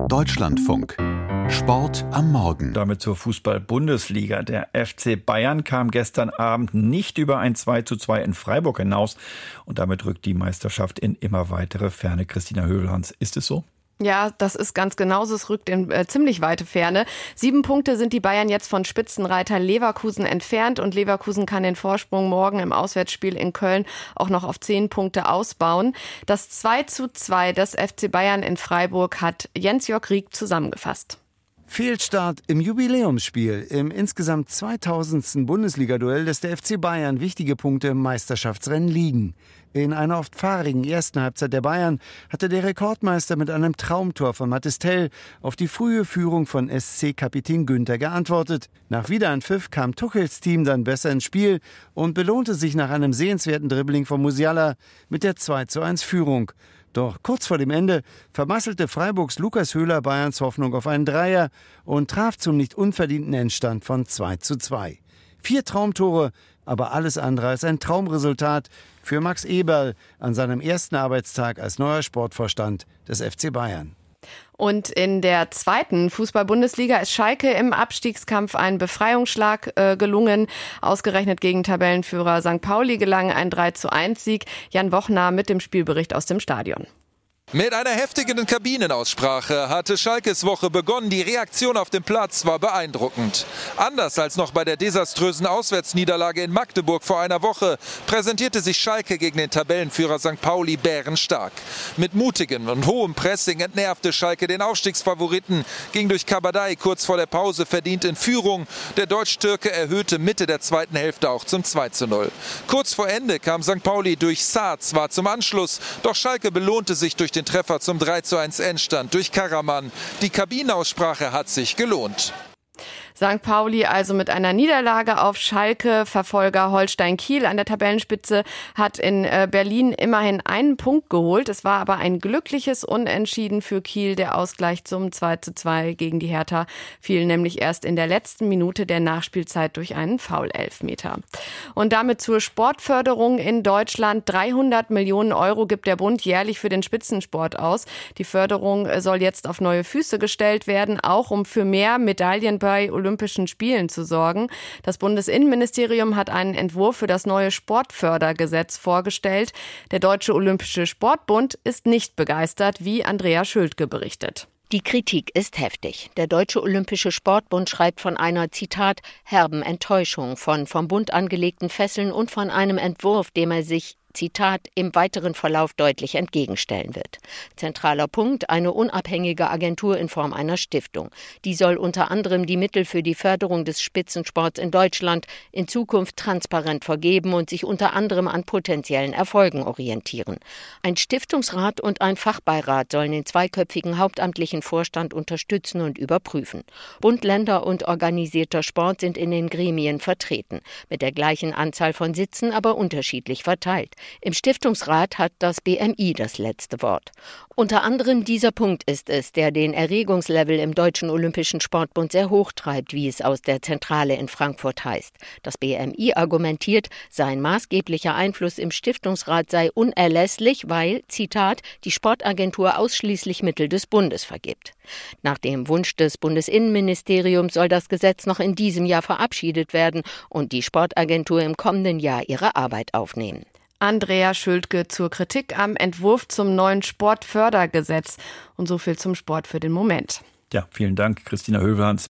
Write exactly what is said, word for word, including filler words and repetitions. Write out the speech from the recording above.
Deutschlandfunk. Sport am Morgen. Damit zur Fußball-Bundesliga. Der F C Bayern kam gestern Abend nicht über ein zwei zu zwei in Freiburg hinaus. Und damit rückt die Meisterschaft in immer weitere Ferne. Christina Hövelhans, ist es so? Ja, das ist ganz genauso. Es rückt in äh, ziemlich weite Ferne. Sieben Punkte sind die Bayern jetzt von Spitzenreiter Leverkusen entfernt. Und Leverkusen kann den Vorsprung morgen im Auswärtsspiel in Köln auch noch auf zehn Punkte ausbauen. Das zwei zu zwei des F C Bayern in Freiburg hat Jens-Jörg Rieck zusammengefasst. Fehlstart im Jubiläumsspiel. Im insgesamt zweitausendsten Bundesliga-Duell lässt der F C Bayern wichtige Punkte im Meisterschaftsrennen liegen. In einer oft fahrigen ersten Halbzeit der Bayern hatte der Rekordmeister mit einem Traumtor von Mathys Tell auf die frühe Führung von S C-Kapitän Günther geantwortet. Nach Wiederanpfiff kam Tuchels Team dann besser ins Spiel und belohnte sich nach einem sehenswerten Dribbling von Musiala mit der zwei zu eins Führung. Doch kurz vor dem Ende vermasselte Freiburgs Lukas Höhler Bayerns Hoffnung auf einen Dreier und traf zum nicht unverdienten Endstand von zwei zu zwei. Vier Traumtore, aber alles andere als ein Traumresultat für Max Eberl an seinem ersten Arbeitstag als neuer Sportvorstand des F C Bayern. Und in der zweiten Fußball-Bundesliga ist Schalke im Abstiegskampf ein Befreiungsschlag äh, gelungen. Ausgerechnet gegen Tabellenführer Sankt Pauli gelang ein drei zu eins Sieg. Jan Wochner mit dem Spielbericht aus dem Stadion. Mit einer heftigen Kabinenaussprache hatte Schalkes Woche begonnen. Die Reaktion auf dem Platz war beeindruckend. Anders als noch bei der desaströsen Auswärtsniederlage in Magdeburg vor einer Woche präsentierte sich Schalke gegen den Tabellenführer Sankt Pauli bärenstark. Mit mutigem und hohem Pressing entnervte Schalke den Aufstiegsfavoriten, ging durch Kabadai kurz vor der Pause verdient in Führung. Der Deutsch-Türke erhöhte Mitte der zweiten Hälfte auch zum zwei zu null. Kurz vor Ende kam Sankt Pauli durch Saad zwar zum Anschluss, doch Schalke belohnte sich durch den Den Treffer zum drei zu eins Endstand durch Karaman. Die Kabinenaussprache hat sich gelohnt. Sankt Pauli also mit einer Niederlage auf Schalke. Verfolger Holstein Kiel an der Tabellenspitze hat in Berlin immerhin einen Punkt geholt. Es war aber ein glückliches Unentschieden für Kiel. Der Ausgleich zum zwei zu zwei gegen die Hertha fiel nämlich erst in der letzten Minute der Nachspielzeit durch einen Foul-Elfmeter. Und damit zur Sportförderung in Deutschland. dreihundert Millionen Euro gibt der Bund jährlich für den Spitzensport aus. Die Förderung soll jetzt auf neue Füße gestellt werden, auch um für mehr Medaillen bei Olympischen Spielen zu sorgen. Das Bundesinnenministerium hat einen Entwurf für das neue Sportfördergesetz vorgestellt. Der Deutsche Olympische Sportbund ist nicht begeistert, wie Andrea Schültke berichtet. Die Kritik ist heftig. Der Deutsche Olympische Sportbund schreibt von einer, Zitat, herben Enttäuschung, von vom Bund angelegten Fesseln und von einem Entwurf, dem er sich Zitat, im weiteren Verlauf deutlich entgegenstellen wird. Zentraler Punkt, eine unabhängige Agentur in Form einer Stiftung. Die soll unter anderem die Mittel für die Förderung des Spitzensports in Deutschland in Zukunft transparent vergeben und sich unter anderem an potenziellen Erfolgen orientieren. Ein Stiftungsrat und ein Fachbeirat sollen den zweiköpfigen hauptamtlichen Vorstand unterstützen und überprüfen. Bund, Länder und organisierter Sport sind in den Gremien vertreten, mit der gleichen Anzahl von Sitzen, aber unterschiedlich verteilt. Im Stiftungsrat hat das B M I das letzte Wort. Unter anderem dieser Punkt ist es, der den Erregungslevel im Deutschen Olympischen Sportbund sehr hoch treibt, wie es aus der Zentrale in Frankfurt heißt. Das B M I argumentiert, sein maßgeblicher Einfluss im Stiftungsrat sei unerlässlich, weil, Zitat, die Sportagentur ausschließlich Mittel des Bundes vergibt. Nach dem Wunsch des Bundesinnenministeriums soll das Gesetz noch in diesem Jahr verabschiedet werden und die Sportagentur im kommenden Jahr ihre Arbeit aufnehmen. Andrea Schültke zur Kritik am Entwurf zum neuen Sportfördergesetz. Und so viel zum Sport für den Moment. Ja, vielen Dank, Christina Hövelhans.